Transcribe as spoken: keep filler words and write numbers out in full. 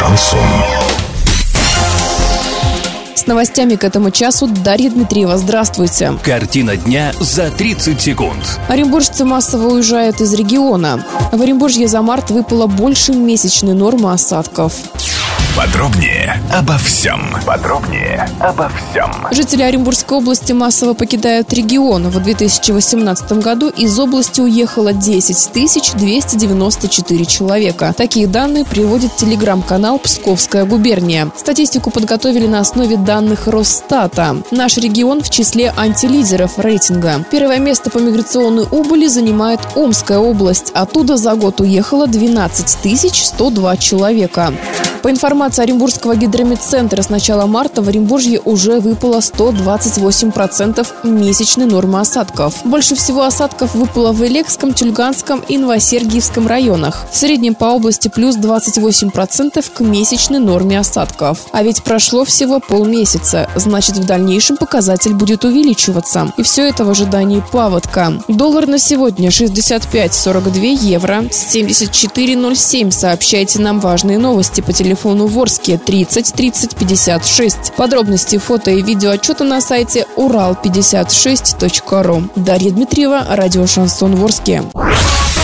Шансон. С новостями к этому часу Дарья Дмитриева. Здравствуйте. Картина дня за тридцать секунд. Оренбуржцы массово уезжают из региона. В Оренбуржье за март выпало больше месячной нормы осадков. Подробнее обо всем. Подробнее обо всем. Жители Оренбургской области массово покидают регион. В две тысячи восемнадцатом году из области уехало десять тысяч двести девяносто четыре человека. Такие данные приводит телеграм-канал «Псковская губерния». Статистику подготовили на основе данных Росстата. Наш регион в числе антилидеров рейтинга. Первое место по миграционной убыли занимает Омская область. Оттуда за год уехало двенадцать тысяч сто два человека. По информации Оренбургского гидрометцентра, с начала марта в Оренбуржье уже выпало сто двадцать восемь процентов месячной нормы осадков. Больше всего осадков выпало в Илекском, Тюльганском и Новосергиевском районах. В среднем по области плюс двадцать восемь процентов к месячной норме осадков. А ведь прошло всего полмесяца, значит, в дальнейшем показатель будет увеличиваться. И все это в ожидании паводка. Доллар на сегодня шестьдесят пять сорок два евро, семьдесят четыре ноль семь. Сообщайте нам важные новости по телефону. Телефону Ворске тридцать тридцать пятьдесят шесть. Подробности, фото и видеоотчеты на сайте урал пятьдесят шесть точка ру. Дарья Дмитриева, радио «Шансон» Ворске.